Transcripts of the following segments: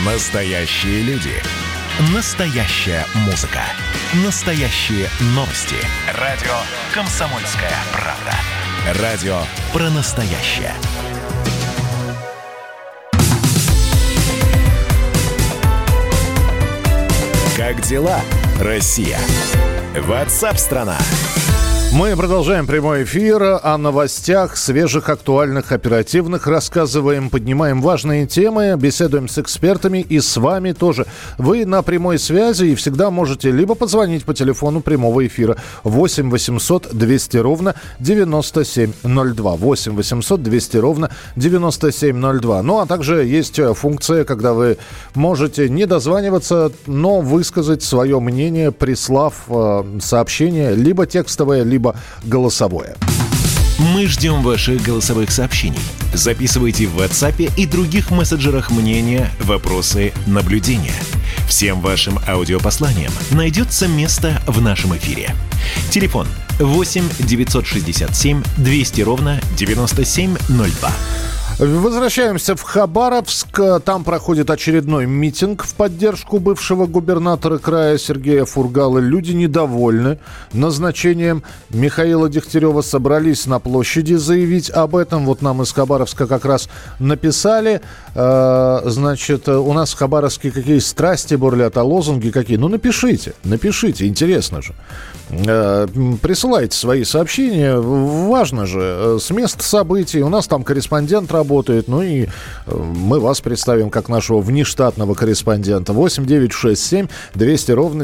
Настоящие люди. Настоящая музыка. Настоящие новости. Радио «Комсомольская правда». Радио про настоящее. Как дела, Россия? WhatsApp-страна. Мы продолжаем прямой эфир. О новостях, свежих, актуальных, оперативных. Рассказываем, поднимаем важные темы, беседуем с экспертами и с вами тоже. Вы на прямой связи и всегда можете либо позвонить по телефону прямого эфира 8 800 200 ровно 9702. 8 800 200 ровно 9702. Ну, а также есть функция, когда вы можете не дозваниваться, но высказать свое мнение, прислав сообщение, либо текстовое, либо голосовое. Мы ждем ваших голосовых сообщений. Записывайте в WhatsApp и других мессенджерах мнения, вопросы, наблюдения. Всем вашим аудиопосланиям найдется место в нашем эфире. Телефон 8 967 200 ровно 9702. Возвращаемся в Хабаровск. Там проходит очередной митинг в поддержку бывшего губернатора края Сергея Фургала. Люди недовольны назначением Михаила Дегтярева. Собрались на площади заявить об этом. Вот нам из Хабаровска как раз написали. Значит, у нас в Хабаровске какие страсти бурлят, а лозунги какие? Ну, напишите, интересно же. Присылайте свои сообщения. Важно же, с места событий. У нас там корреспондент работает. Ну и мы вас представим как нашего внештатного корреспондента. 8 967 200 ровно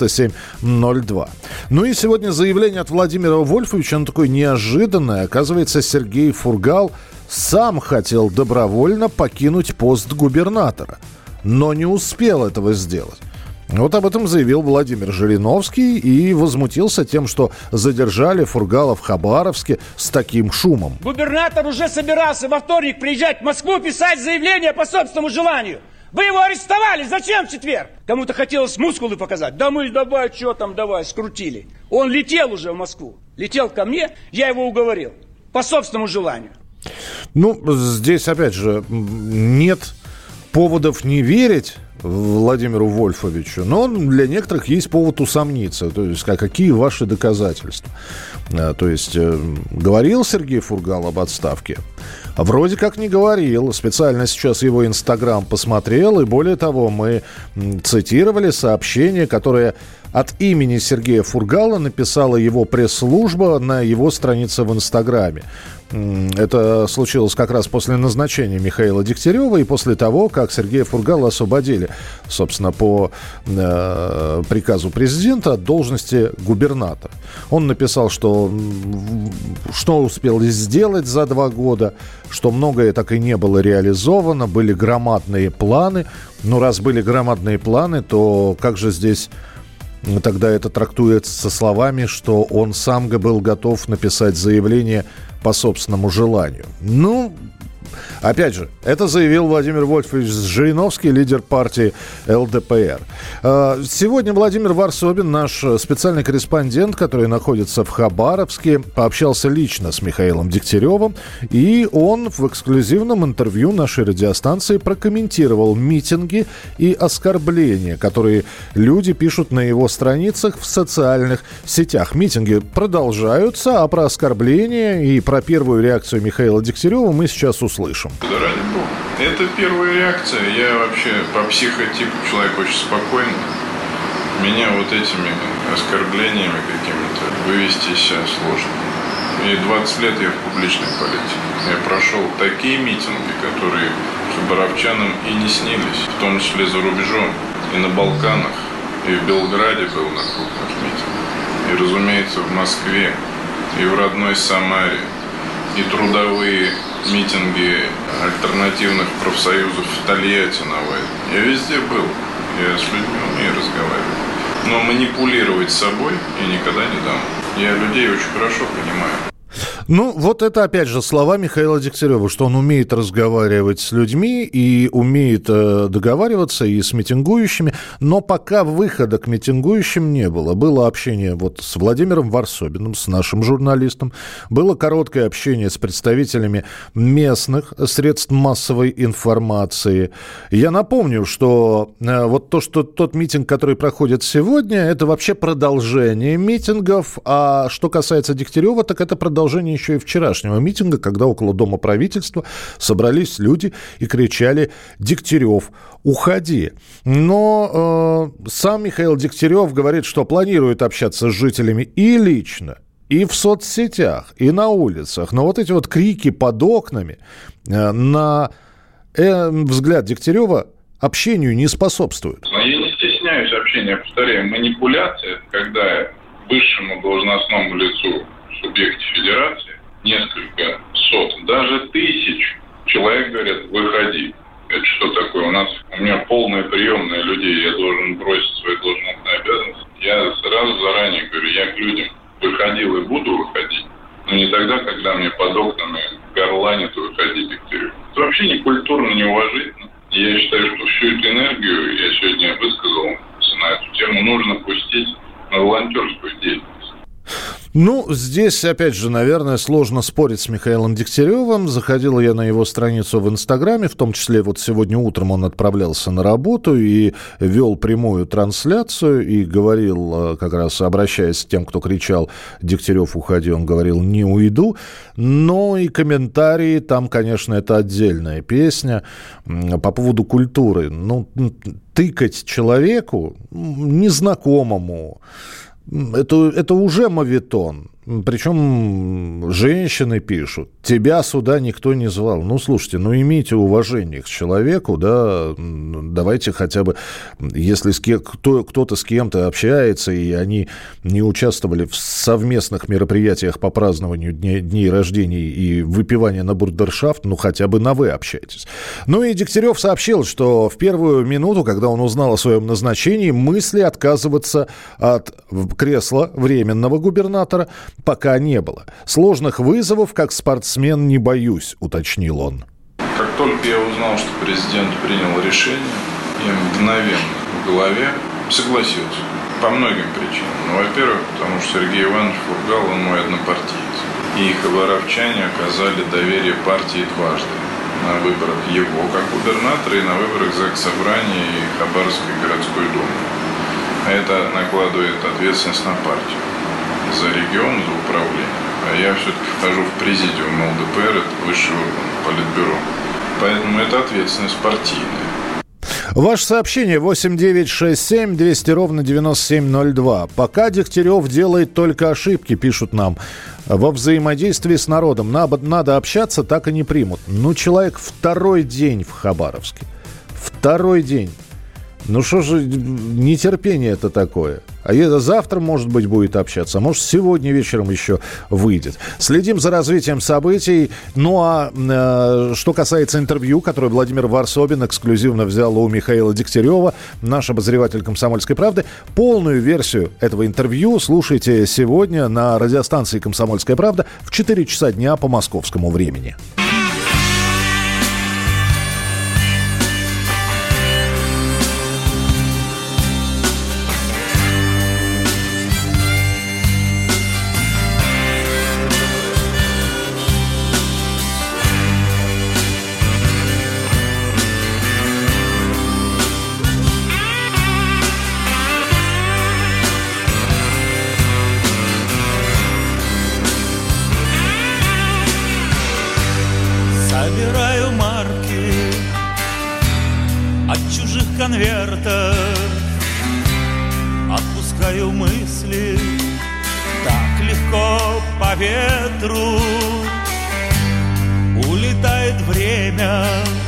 9702. Ну и сегодня заявление от Владимира Вольфовича, оно такое неожиданное. Оказывается, Сергей Фургал сам хотел добровольно покинуть пост губернатора, но не успел этого сделать. Вот об этом заявил Владимир Жириновский и возмутился тем, что задержали Фургала в Хабаровске с таким шумом. Губернатор уже собирался во вторник приезжать в Москву писать заявление по собственному желанию. Вы его арестовали, зачем в четверг? Кому-то хотелось мускулы показать. Да мы давай, что там, давай, скрутили. Он летел уже в Москву, летел ко мне, я его уговорил по собственному желанию. Ну, здесь, опять же, нет поводов не верить Владимиру Вольфовичу, но для некоторых есть повод усомниться. То есть, какие ваши доказательства? То есть, говорил Сергей Фургал об отставке? Вроде как не говорил. Специально сейчас его Инстаграм посмотрел. И более того, мы цитировали сообщение, которое от имени Сергея Фургала написала его пресс-служба на его странице в Инстаграме. Это случилось как раз после назначения Михаила Дегтярева и после того, как Сергея Фургала освободили, собственно, по приказу президента от должности губернатора. Он написал, что успел сделать за 2 года, что многое так и не было реализовано, были громадные планы. Но раз были громадные планы, то как же здесь тогда это трактуется со словами, что он сам был готов написать заявление по собственному желанию? Ну, опять же, это заявил Владимир Вольфович Жириновский, лидер партии ЛДПР. Сегодня Владимир Варсобин, наш специальный корреспондент, который находится в Хабаровске, пообщался лично с Михаилом Дегтяревым, и он в эксклюзивном интервью нашей радиостанции прокомментировал митинги и оскорбления, которые люди пишут на его страницах в социальных сетях. Митинги продолжаются, а про оскорбления и про первую реакцию Михаила Дегтярева мы сейчас услышим. Да ради бога. Это первая реакция. Я вообще по психотипу человек очень спокойный. Меня вот этими оскорблениями какими-то вывести из себя сложно. И 20 лет я в публичной политике. Я прошел такие митинги, которые хабаровчанам и не снились, в том числе за рубежом. И на Балканах, и в Белграде был на крупных митингах. И, разумеется, в Москве, и в родной Самаре. И трудовые митинги альтернативных профсоюзов в Тольятти на Вайде. Я везде был. Я с людьми умею разговаривать. Но манипулировать собой я никогда не дам. Я людей очень хорошо понимаю. Ну, вот это, опять же, слова Михаила Дегтярева, что он умеет разговаривать с людьми и умеет договариваться и с митингующими, но пока выхода к митингующим не было. Было общение вот с Владимиром Варсобиным, с нашим журналистом, было короткое общение с представителями местных средств массовой информации. Я напомню, что вот что тот митинг, который проходит сегодня, это вообще продолжение митингов, а что касается Дегтярева, так это продолжение еще и вчерашнего митинга, когда около Дома правительства собрались люди и кричали: «Дегтярев, уходи». Но сам Михаил Дегтярев говорит, что планирует общаться с жителями и лично, и в соцсетях, и на улицах. Но вот эти вот крики под окнами, на взгляд Дегтярева, общению не способствуют. Но я не стесняюсь общения, я повторяю, манипуляция, когда высшему должностному лицу в субъекте федерации несколько сот, даже тысяч человек говорят: выходи. Это что такое? У меня полная приемная людей, я должен бросить свои должностные обязанности. Я сразу заранее говорю, я к людям выходил и буду выходить, но не тогда, когда мне под окнами горланит: выходи, Дегтярев. Это вообще не культурно, не уважительно. Я считаю, что всю эту энергию, я сегодня высказал на эту тему, нужно пустить на волонтерскую деятельность. Ну, здесь, опять же, наверное, сложно спорить с Михаилом Дегтяревым. Заходил я на его страницу в Инстаграме, в том числе вот сегодня утром он отправлялся на работу и вел прямую трансляцию и говорил, как раз обращаясь к тем, кто кричал: «Дегтярев, уходи», он говорил: «Не уйду». Но и комментарии, там, конечно, это отдельная песня. По поводу культуры. Ну, тыкать человеку, незнакомому, это уже моветон. Причем женщины пишут: тебя сюда никто не звал. Ну, слушайте, имейте уважение к человеку, да, давайте хотя бы, если кто-то с кем-то общается, и они не участвовали в совместных мероприятиях по празднованию дней рождения и выпивания на бурдершафт, хотя бы на «вы» общайтесь. Ну и Дегтярев сообщил, что в первую минуту, когда он узнал о своем назначении, мысли отказываться от кресла временного губернатора пока не было. Сложных вызовов, как спортсмен, не боюсь, уточнил он. Как только я узнал, что президент принял решение, я мгновенно в голове согласился. По многим причинам. Во-первых, потому что Сергей Иванович Фургал, он мой однопартиец. И хабаровчане оказали доверие партии дважды. На выборах его как губернатора и на выборах Заксобрания и Хабаровской городской думы. А это накладывает ответственность на партию. За регион, за управление. А я все-таки вхожу в президиум ЛДПР, это высший орган политбюро. Поэтому это ответственность партийная. Ваше сообщение 8-967-200-97-02. Пока Дегтярев делает только ошибки, пишут нам. Во взаимодействии с народом надо общаться, так и не примут. Человек второй день в Хабаровске. Второй день. Что же нетерпение это такое? А завтра, может быть, будет общаться. А может, сегодня вечером еще выйдет. Следим за развитием событий. Что касается интервью, которое Владимир Варсобин эксклюзивно взял у Михаила Дегтярева, наш обозреватель «Комсомольской правды», полную версию этого интервью слушайте сегодня на радиостанции «Комсомольская правда» в 4 часа дня по московскому времени. Собираю марки от чужих конвертов, отпускаю мысли так легко по ветру. Улетает время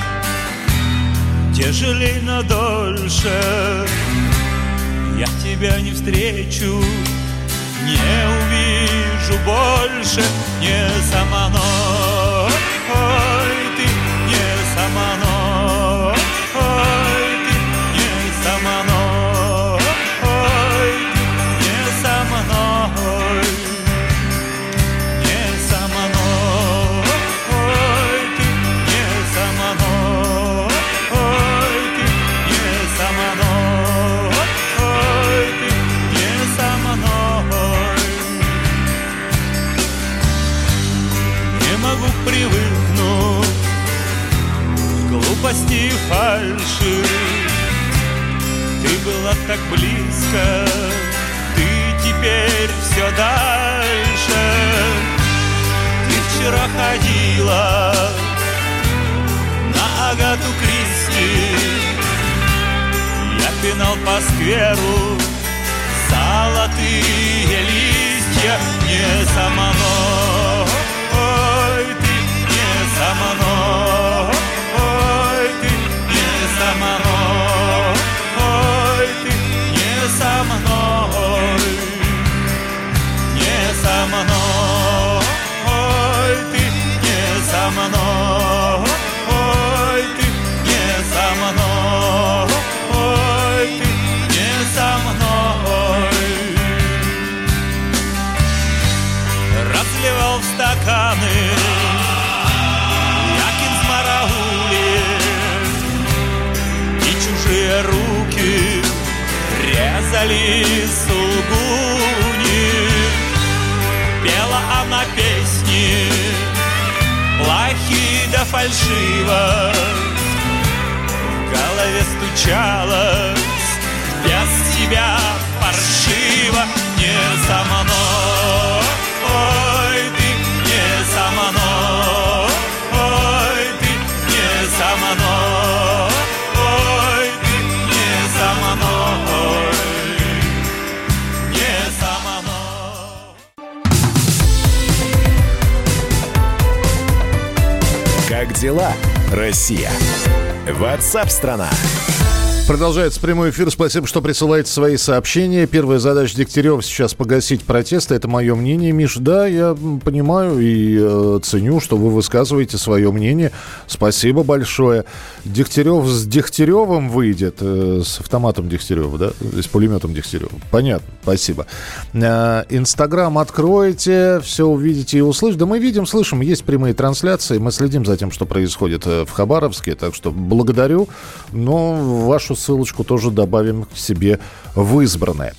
тяжелей, но дольше. Я тебя не встречу, не увижу больше. Не сама ночь, ты не сама ночь, ты не сама ночь, ты не сама ночь, не сама ночь. так близко, ты теперь все дальше. Ты вчера ходила на Агату Кристи, я пинал по скверу золотые листья. Не со мной ты, не со мной ты, не со мной ты, не со мной, не со мной ты, не со мной ты, не со мной ты, не со мной. Разливал в стаканы Якин Смарагули, и чужие руки резали сулгуни. Пела она песни плохие да фальшиво, в голове стучалось без тебя паршиво. Не со мной ты, не со мной ты, не со мной ты, не со мной, не со мной. Как дела, Россия? WhatsApp-страна. Продолжается прямой эфир. Спасибо, что присылаете свои сообщения. Первая задача Дегтярева сейчас погасить протесты. Это мое мнение, Миш. Да, я понимаю и ценю, что вы высказываете свое мнение. Спасибо большое. Дегтярев с Дегтяревым выйдет. С автоматом Дегтярева, да? С пулеметом Дегтярева. Понятно. Спасибо. Инстаграм откройте, все увидите и услышите. Да мы видим, слышим. Есть прямые трансляции. Мы следим за тем, что происходит в Хабаровске. Так что благодарю. Но вашу ссылочку тоже добавим к себе в избранное.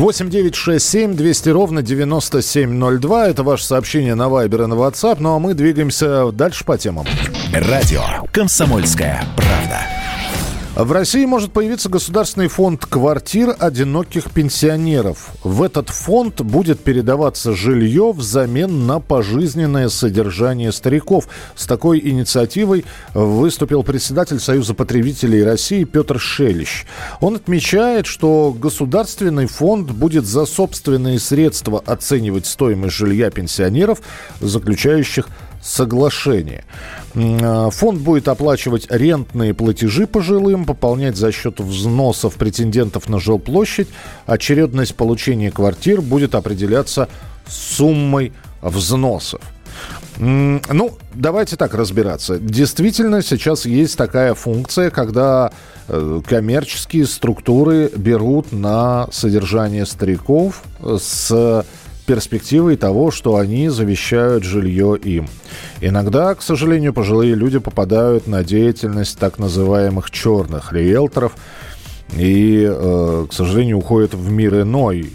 8-967-200-97-02. Это ваше сообщение на Вайбер и на WhatsApp. Ну а мы двигаемся дальше по темам. Радио «Комсомольская правда». В России может появиться государственный фонд квартир одиноких пенсионеров. В этот фонд будет передаваться жилье взамен на пожизненное содержание стариков. С такой инициативой выступил председатель Союза потребителей России Петр Шелищ. Он отмечает, что государственный фонд будет за собственные средства оценивать стоимость жилья пенсионеров, заключающих соглашение. Фонд будет оплачивать рентные платежи пожилым, пополнять за счет взносов претендентов на жилплощадь. Очередность получения квартир будет определяться суммой взносов. Ну, давайте так разбираться. Действительно, сейчас есть такая функция, когда коммерческие структуры берут на содержание стариков с перспективой того, что они завещают жилье им. Иногда, к сожалению, пожилые люди попадают на деятельность так называемых черных риэлторов и, к сожалению, уходят в мир иной.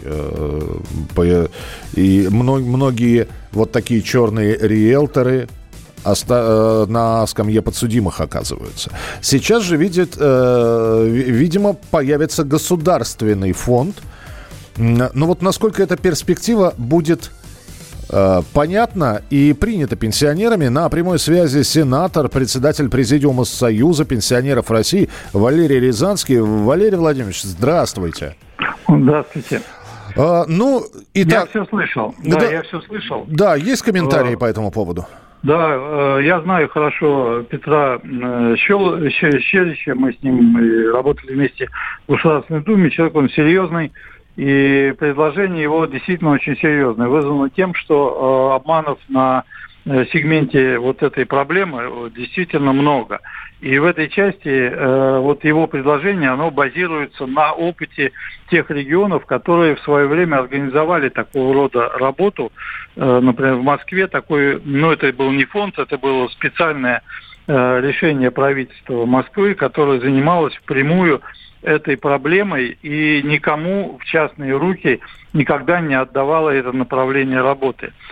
И многие вот такие черные риэлторы на скамье подсудимых оказываются. Сейчас же, видимо, появится государственный фонд. Но вот насколько эта перспектива будет понятна и принята пенсионерами, на прямой связи сенатор, председатель Президиума Союза пенсионеров России Валерий Рязанский. Валерий Владимирович, здравствуйте. Здравствуйте. Ну, итак... Я все слышал. Да, я все слышал. Да, есть комментарии по этому поводу? Да, я знаю хорошо Петра Щелища, мы с ним работали вместе в Государственной Думе, человек он серьезный. И предложение его действительно очень серьезное, вызвано тем, что обманов на сегменте вот этой проблемы действительно много. И в этой части вот его предложение, оно базируется на опыте тех регионов, которые в свое время организовали такого рода работу. Например, в Москве такой, это был не фонд, это было специальное решение правительства Москвы, которое занималось впрямую этой проблемой и никому в частные руки никогда не отдавало это направление работы.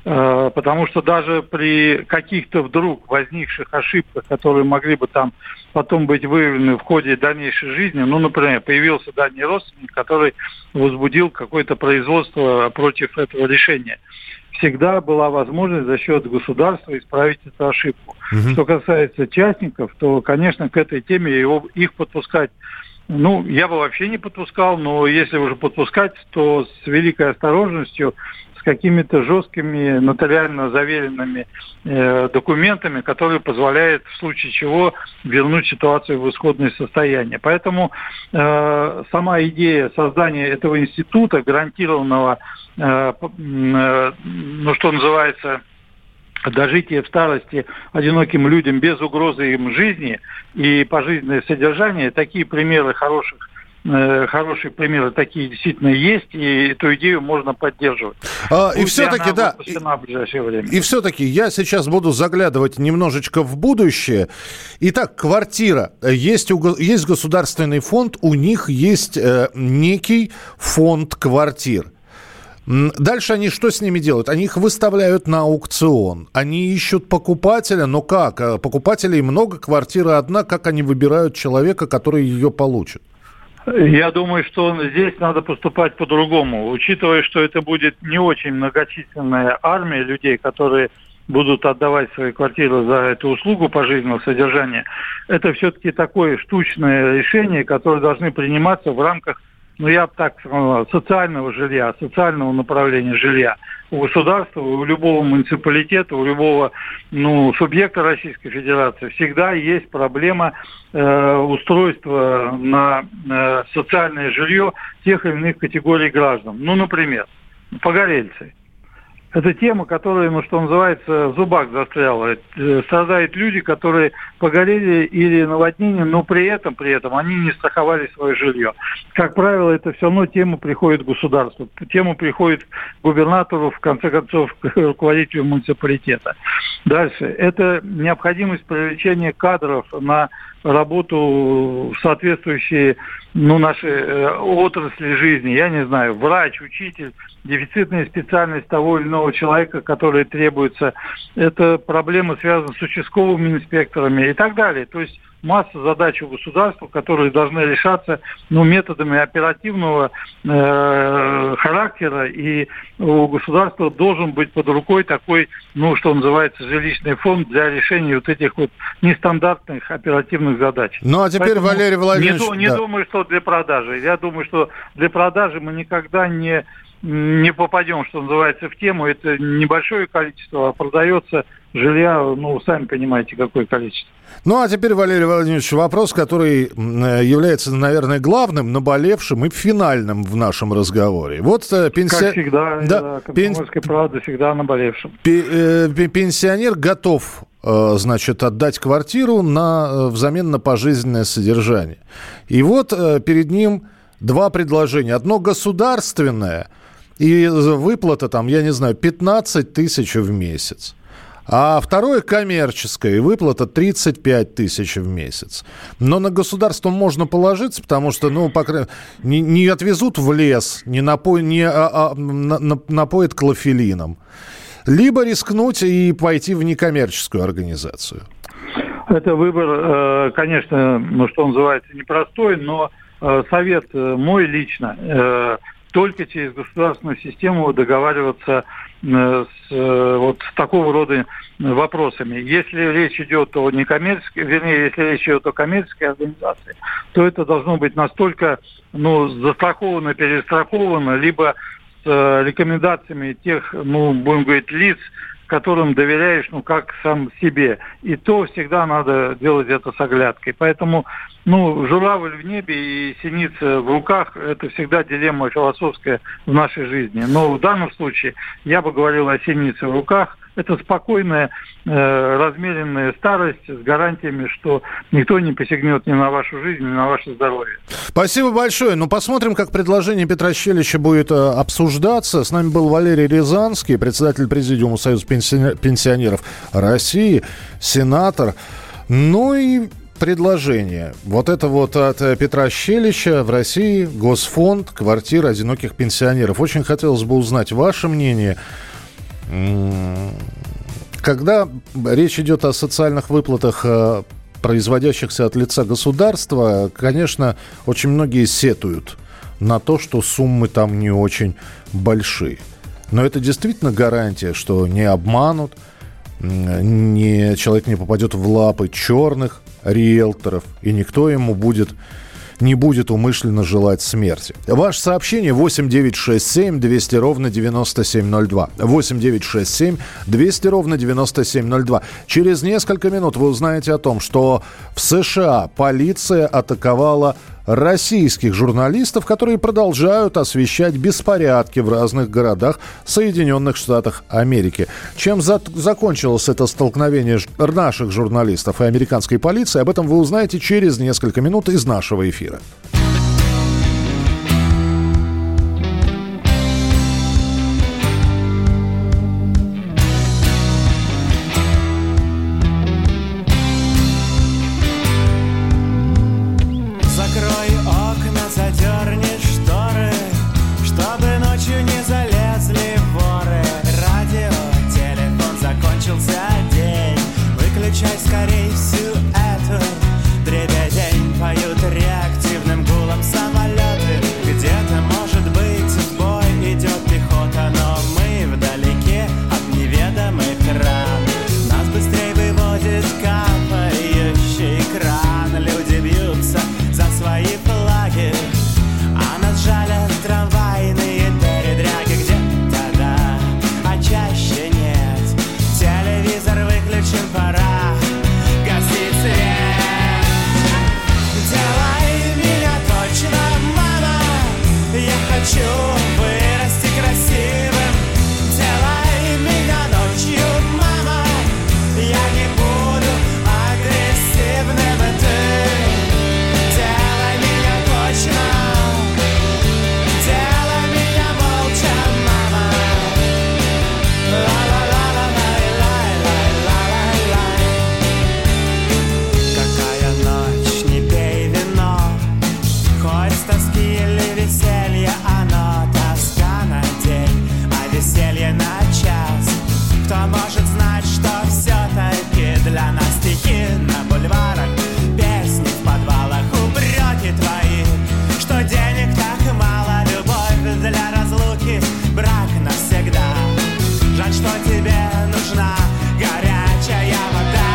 Потому что даже при каких-то вдруг возникших ошибках, которые могли бы там потом быть выявлены в ходе дальнейшей жизни, ну, например, появился дальний родственник, который возбудил какое-то производство против этого решения, всегда была возможность за счет государства исправить эту ошибку. Что касается частников, то, конечно, к этой теме их подпускать, ну, я бы вообще не подпускал, но если уже подпускать, то с великой осторожностью, с какими-то жесткими нотариально заверенными документами, которые позволяют в случае чего вернуть ситуацию в исходное состояние. Поэтому сама идея создания этого института, гарантированного, ну, что называется, дожитие в старости одиноким людям без угрозы им жизни и пожизненное содержание, такие примеры хорошие примеры такие действительно есть, и эту идею можно поддерживать. И все-таки, да, и все-таки я сейчас буду заглядывать немножечко в будущее. Итак, квартира. Есть государственный фонд, у них есть некий фонд квартир. Дальше они что с ними делают? Они их выставляют на аукцион. Они ищут покупателя. Но как? Покупателей много, квартира одна. Как они выбирают человека, который ее получит? Я думаю, что здесь надо поступать по-другому. Учитывая, что это будет не очень многочисленная армия людей, которые будут отдавать свои квартиры за эту услугу пожизненного содержания, это все-таки такое штучное решение, которое должны приниматься в рамках, ну, я бы так сказал, социального жилья, социального направления жилья. У государства, у любого муниципалитета, у любого, ну, субъекта Российской Федерации всегда есть проблема устройства на социальное жилье тех или иных категорий граждан. Ну, например, погорельцы. Это тема, которая, ну, что называется, в зубах застряла. Страдают люди, которые погорели или наводнение, но при этом они не страховали свое жилье. Как правило, это все равно тема приходит к государству. Тема приходит к губернатору, в конце концов, к руководителю муниципалитета. Дальше. Это необходимость привлечения кадров на работу в соответствующие, ну, наши отрасли жизни. Я не знаю, врач, учитель, дефицитная специальность того или иного человека, который требуется. Это проблема связана с участковыми инспекторами и так далее. То есть масса задач у государства, которые должны решаться, ну, методами оперативного характера, и у государства должен быть под рукой такой, ну, что называется, жилищный фонд для решения вот этих вот нестандартных оперативных задач. Ну, а теперь, поэтому, Валерий Владимирович... Не думаю, что для продажи. Я думаю, что для продажи мы никогда не попадем, что называется, в тему. Это небольшое количество, а продается жилья, ну, сами понимаете, какое количество. Ну, а теперь, Валерий Владимирович, вопрос, который является, наверное, главным, наболевшим и финальным в нашем разговоре. Вот Как всегда, да, «Комсомольская правда» всегда наболевшим. Пенсионер готов, значит, отдать квартиру взамен на пожизненное содержание. И вот перед ним два предложения. Одно государственное, и выплата там, я не знаю, 15 тысяч в месяц. А второе коммерческое, и выплата 35 тысяч в месяц. Но на государство можно положиться, потому что, ну, не отвезут в лес, не напоят клофелином. Либо рискнуть и пойти в некоммерческую организацию. Это выбор, конечно, ну, что называется, непростой, но совет мой лично, только через государственную систему договариваться с такого рода вопросами. Если речь идет о некоммерческой, вернее, если речь идет о коммерческой организации, то это должно быть настолько, ну, застраховано, перестраховано, либо с рекомендациями тех, ну, будем говорить, лиц, которым доверяешь, ну, как сам себе. И то всегда надо делать это с оглядкой. Поэтому, ну, журавль в небе и синица в руках – это всегда дилемма философская в нашей жизни. Но в данном случае я бы говорил о синице в руках. Это спокойная, размеренная старость с гарантиями, что никто не посягнет ни на вашу жизнь, ни на ваше здоровье. Спасибо большое. Ну, посмотрим, как предложение Петра Щелича будет обсуждаться. С нами был Валерий Рязанский, председатель Президиума Союза пенсионеров России, сенатор. Ну и предложение. Вот это вот от Петра Щелича в России, Госфонд, квартира одиноких пенсионеров. Очень хотелось бы узнать ваше мнение. Когда речь идет о социальных выплатах, производящихся от лица государства, конечно, очень многие сетуют на то, что суммы там не очень большие. Но это действительно гарантия, что не обманут, человек не попадет в лапы черных риэлторов, и никто ему не будет умышленно желать смерти. Ваше сообщение 8-967-200-97-02. 8-967-200-97-02. Через несколько минут вы узнаете о том, что в США полиция атаковала российских журналистов, которые продолжают освещать беспорядки в разных городах Соединенных Штатов Америки. Чем закончилось это столкновение наших журналистов и американской полиции, об этом вы узнаете через несколько минут из нашего эфира. Скорей всю эту дребедень поют реактивным гулом самолеты. Где-то, может быть, в бой идет пехота, но мы вдалеке от неведомых ран. Нас быстрее выводит капающий кран. Люди бьются за свои флаги, а нас жалят трамвайные передряги. Где-то да, а чаще нет. Телевизор выключен, пора. Хочу вырасти красивым. Делай меня ночью, мама. Я не буду агрессивным. Ты делай меня точно. Делай меня молча, мама. Ла-ла-ла-ла-лай-лай-лай-лай-лай. Какая ночь, не пей вино. Хоть с тоски или веселья, оно тоска на день, а веселье на час. Кто может знать, что все-таки для нас стихи на бульварах, песни в подвалах, упреки твои, что денег так мало, любовь для разлуки, брак навсегда. Жаль, что тебе нужна горячая вода.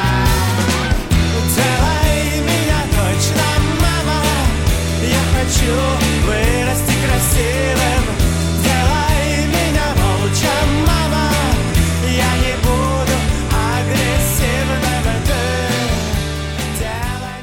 Делай меня точно, мама. Я хочу вырасти красивым. Делай меня молча, мама. Я не буду агрессивным. Ты делай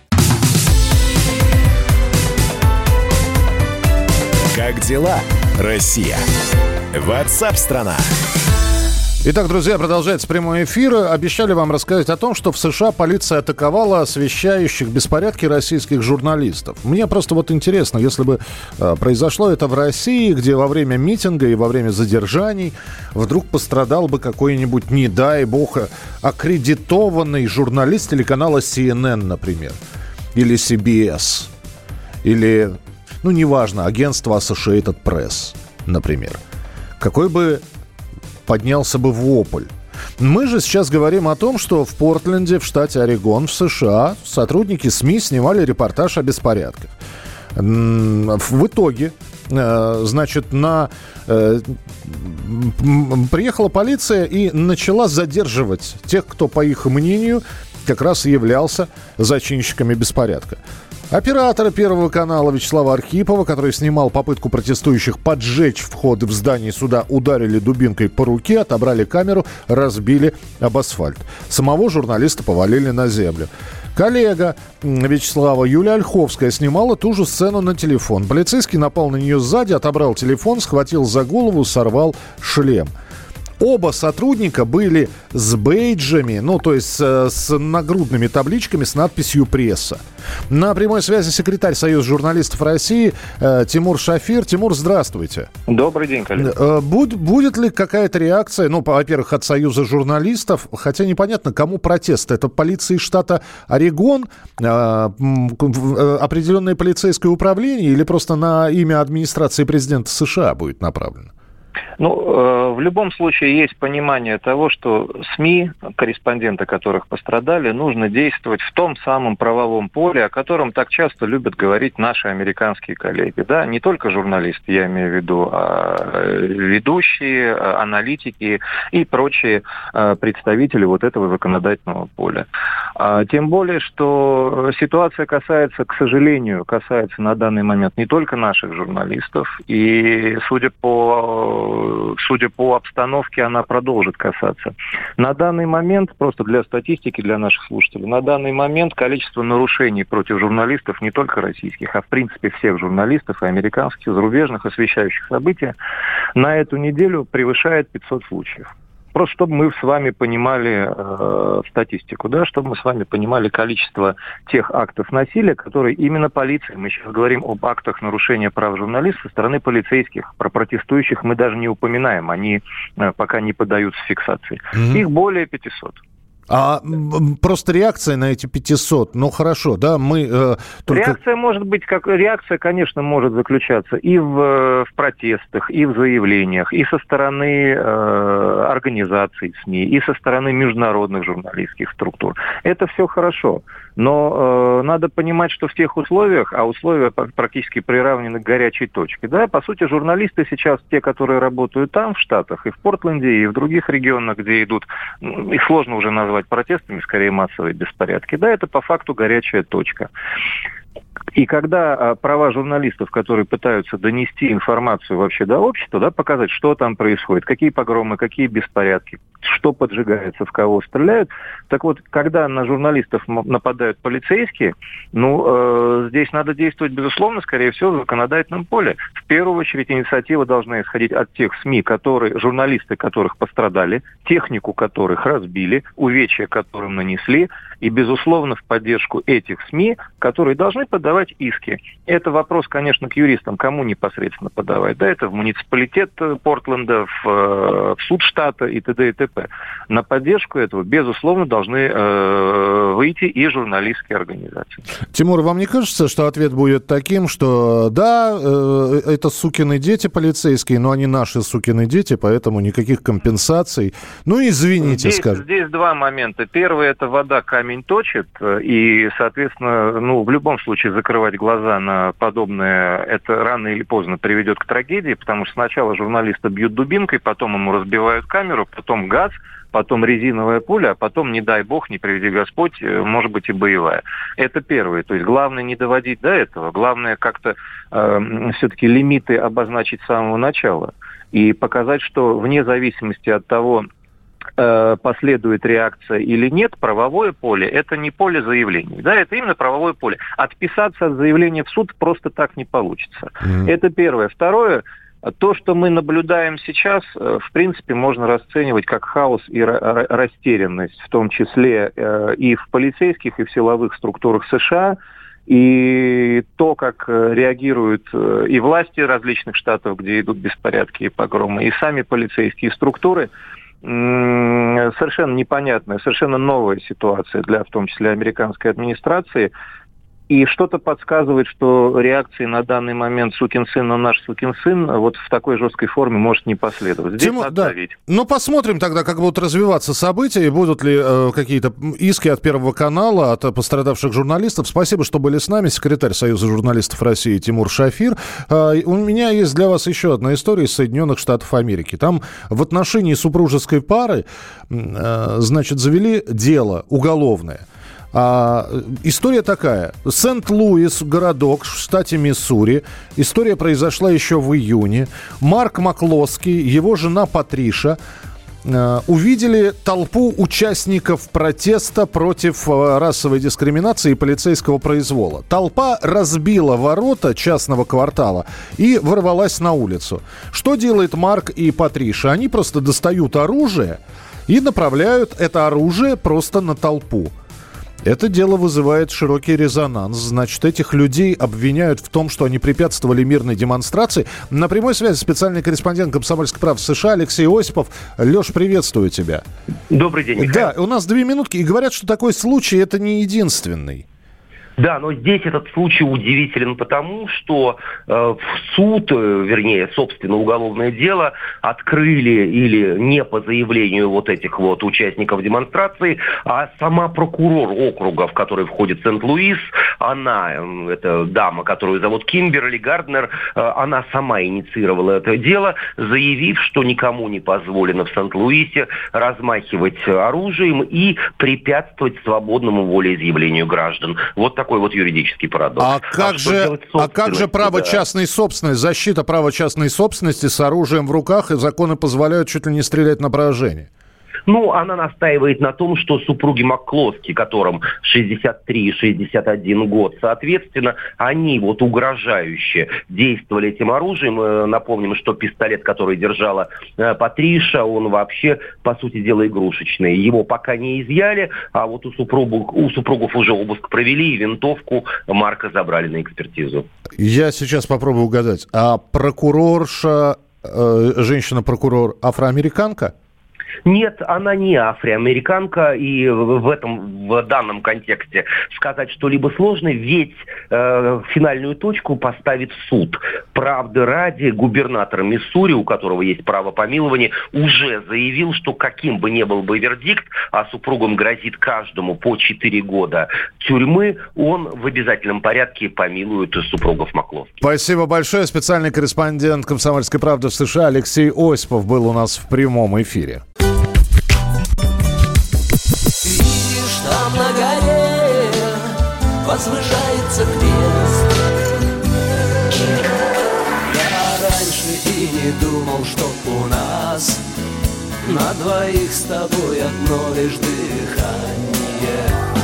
меня. Как дела, Россия? WhatsApp-страна. Итак, друзья, продолжается прямой эфир. Обещали вам рассказать о том, что в США полиция атаковала освещающих беспорядки российских журналистов. Мне просто вот интересно, если бы произошло это в России, где во время митинга и во время задержаний вдруг пострадал бы какой-нибудь, не дай бог, аккредитованный журналист телеканала CNN, например, или CBS, или, ну, неважно, агентство Associated Press, например. Какой бы поднялся бы вопль. Мы же сейчас говорим о том, что в Портленде, в штате Орегон, в США, сотрудники СМИ снимали репортаж о беспорядках. В итоге, значит, приехала полиция и начала задерживать тех, кто, по их мнению, как раз и являлся зачинщиками беспорядка. Оператора Первого канала Вячеслава Архипова, который снимал попытку протестующих поджечь вход в здание суда, ударили дубинкой по руке, отобрали камеру, разбили об асфальт. Самого журналиста повалили на землю. Коллега Вячеслава, Юлия Ольховская, снимала ту же сцену на телефон. Полицейский напал на нее сзади, отобрал телефон, схватил за голову, сорвал шлем. Оба сотрудника были с бейджами, ну, то есть с нагрудными табличками с надписью «Пресса». На прямой связи секретарь Союза журналистов России Тимур Шафир. Тимур, здравствуйте. Добрый день, коллега. Будет ли какая-то реакция, ну, во-первых, от Союза журналистов, хотя непонятно, кому протест? Это полиции штата Орегон, определенное полицейское управление или просто на имя администрации президента США будет направлено? В любом случае есть понимание того, что СМИ, корреспонденты которых пострадали, нужно действовать в том самом правовом поле, о котором так часто любят говорить наши американские коллеги. Да? Не только журналисты, я имею в виду, а ведущие, аналитики и прочие представители вот этого законодательного поля. Тем более, что ситуация касается, к сожалению, на данный момент не только наших журналистов, и судя по обстановке, она продолжит касаться. На данный момент, просто для статистики, для наших слушателей, на данный момент количество нарушений против журналистов, не только российских, а в принципе всех журналистов, и американских, зарубежных, освещающих события, на эту неделю превышает 500 случаев. Просто чтобы мы с вами понимали статистику, да, чтобы мы с вами понимали количество тех актов насилия, которые именно полиция, мы сейчас говорим об актах нарушения прав журналистов со стороны полицейских, про протестующих мы даже не упоминаем, они пока не поддаются фиксации. Их более 500. А просто реакция на эти 500, хорошо, да, мы только... Реакция, конечно, может заключаться и в протестах, и в заявлениях, и со стороны организаций СМИ, и со стороны международных журналистских структур. Это все хорошо, но надо понимать, что в тех условиях, а условия практически приравнены к горячей точке, да, по сути, журналисты сейчас, те, которые работают там, в Штатах, и в Портленде, и в других регионах, где идут, их сложно уже назвать протестами, скорее массовые беспорядки. Да, это по факту горячая точка. И когда права журналистов, которые пытаются донести информацию вообще до общества, да, показать, что там происходит, какие погромы, какие беспорядки, что поджигается, в кого стреляют, так вот, когда на журналистов нападают полицейские, здесь надо действовать, безусловно, скорее всего, в законодательном поле. В первую очередь инициатива должна исходить от тех СМИ, журналисты которых пострадали, технику которых разбили, увечья которым нанесли, и, безусловно, в поддержку этих СМИ, которые должны подавать иски. Это вопрос, конечно, к юристам, кому непосредственно подавать. Да, это в муниципалитет Портленда, в суд штата и т.д. и т.п. На поддержку этого, безусловно, должны выйти и журналистские организации. Тимур, вам не кажется, что ответ будет таким, что да, это сукины дети полицейские, но они наши сукины дети, поэтому никаких компенсаций. Извините, скажем. Здесь два момента. Первый – это вода камень точит, и, соответственно, в любом случае закрывать глаза на подобное, это рано или поздно приведет к трагедии, потому что сначала журналиста бьют дубинкой, потом ему разбивают камеру, потом газ, потом резиновая пуля, а потом, не дай бог, не приведи Господь, может быть и боевая. Это первое. То есть главное не доводить до этого, главное как-то все-таки лимиты обозначить с самого начала и показать, что вне зависимости от того, последует реакция или нет, правовое поле – это не поле заявлений. Да, это именно правовое поле. Отписаться от заявления в суд просто так не получится. Это первое. Второе, то, что мы наблюдаем сейчас, в принципе, можно расценивать как хаос и растерянность, в том числе и в полицейских, и в силовых структурах США, и то, как реагируют и власти различных штатов, где идут беспорядки и погромы, и сами полицейские структуры, совершенно непонятная, совершенно новая ситуация для, в том числе, американской администрации. И что-то подсказывает, что реакции на данный момент «сукин сын, но наш сукин сын» вот в такой жесткой форме может не последовать. Здесь Тимур, надо давить. Посмотрим тогда, как будут развиваться события, и будут ли какие-то иски от Первого канала, от пострадавших журналистов. Спасибо, что были с нами. Секретарь Союза журналистов России Тимур Шафир. У меня есть для вас еще одна история из Соединенных Штатов Америки. Там в отношении супружеской пары, завели дело уголовное. История такая. Сент-Луис, городок в штате Миссури. История произошла еще в июне. Марк Маклоски, его жена Патриша увидели толпу участников протеста против расовой дискриминации и полицейского произвола. Толпа разбила ворота частного квартала и ворвалась на улицу. Что делает Марк и Патриша? Они просто достают оружие и направляют это оружие просто на толпу. Это дело вызывает широкий резонанс. Значит, этих людей обвиняют в том, что они препятствовали мирной демонстрации. На прямой связи специальный корреспондент «Комсомольской правды» США Алексей Осипов. Леш, приветствую тебя. Добрый день, Михаил. Да, у нас 2 минутки. И говорят, что такой случай – это не единственный. Да, но здесь этот случай удивителен потому, что суд, вернее, собственно, уголовное дело открыли или не по заявлению вот этих вот участников демонстрации, а сама прокурор округа, в который входит Сент-Луис, она, это дама, которую зовут Кимберли Гарднер, она сама инициировала это дело, заявив, что никому не позволено в Сент-Луисе размахивать оружием и препятствовать свободному волеизъявлению граждан. Вот такой вот юридический парадокс. А как же право частной собственности, защита права частной собственности с оружием в руках, и законы позволяют чуть ли не стрелять на поражение? Ну, она настаивает на том, что супруги Макклоски, которым 63 и 61 год, соответственно, они вот угрожающе действовали этим оружием. Напомним, что пистолет, который держала Патриша, он вообще, по сути дела, игрушечный. Его пока не изъяли, а вот у супругов уже обыск провели, и винтовку Марка забрали на экспертизу. Я сейчас попробую угадать. А прокурорша, женщина-прокурор, афроамериканка? Нет, она не афроамериканка, и в данном контексте сказать что-либо сложно, ведь финальную точку поставит суд. Правды ради, губернатор Миссури, у которого есть право помилования, уже заявил, что каким бы ни был бы вердикт, а супругам грозит каждому по 4 года тюрьмы, он в обязательном порядке помилует супругов Макклоски. Спасибо большое. Специальный корреспондент «Комсомольской правды» в США Алексей Осипов был у нас в прямом эфире. Видишь, там на горе возвышается крест. Я раньше и не думал, что у нас на двоих с тобой одно лишь дыхание.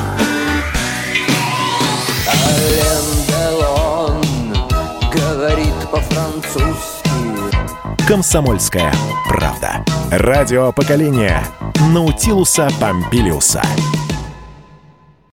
Ален Делон говорит по-французски. «Комсомольская правда». Радио поколения Наутилуса Помпилиуса.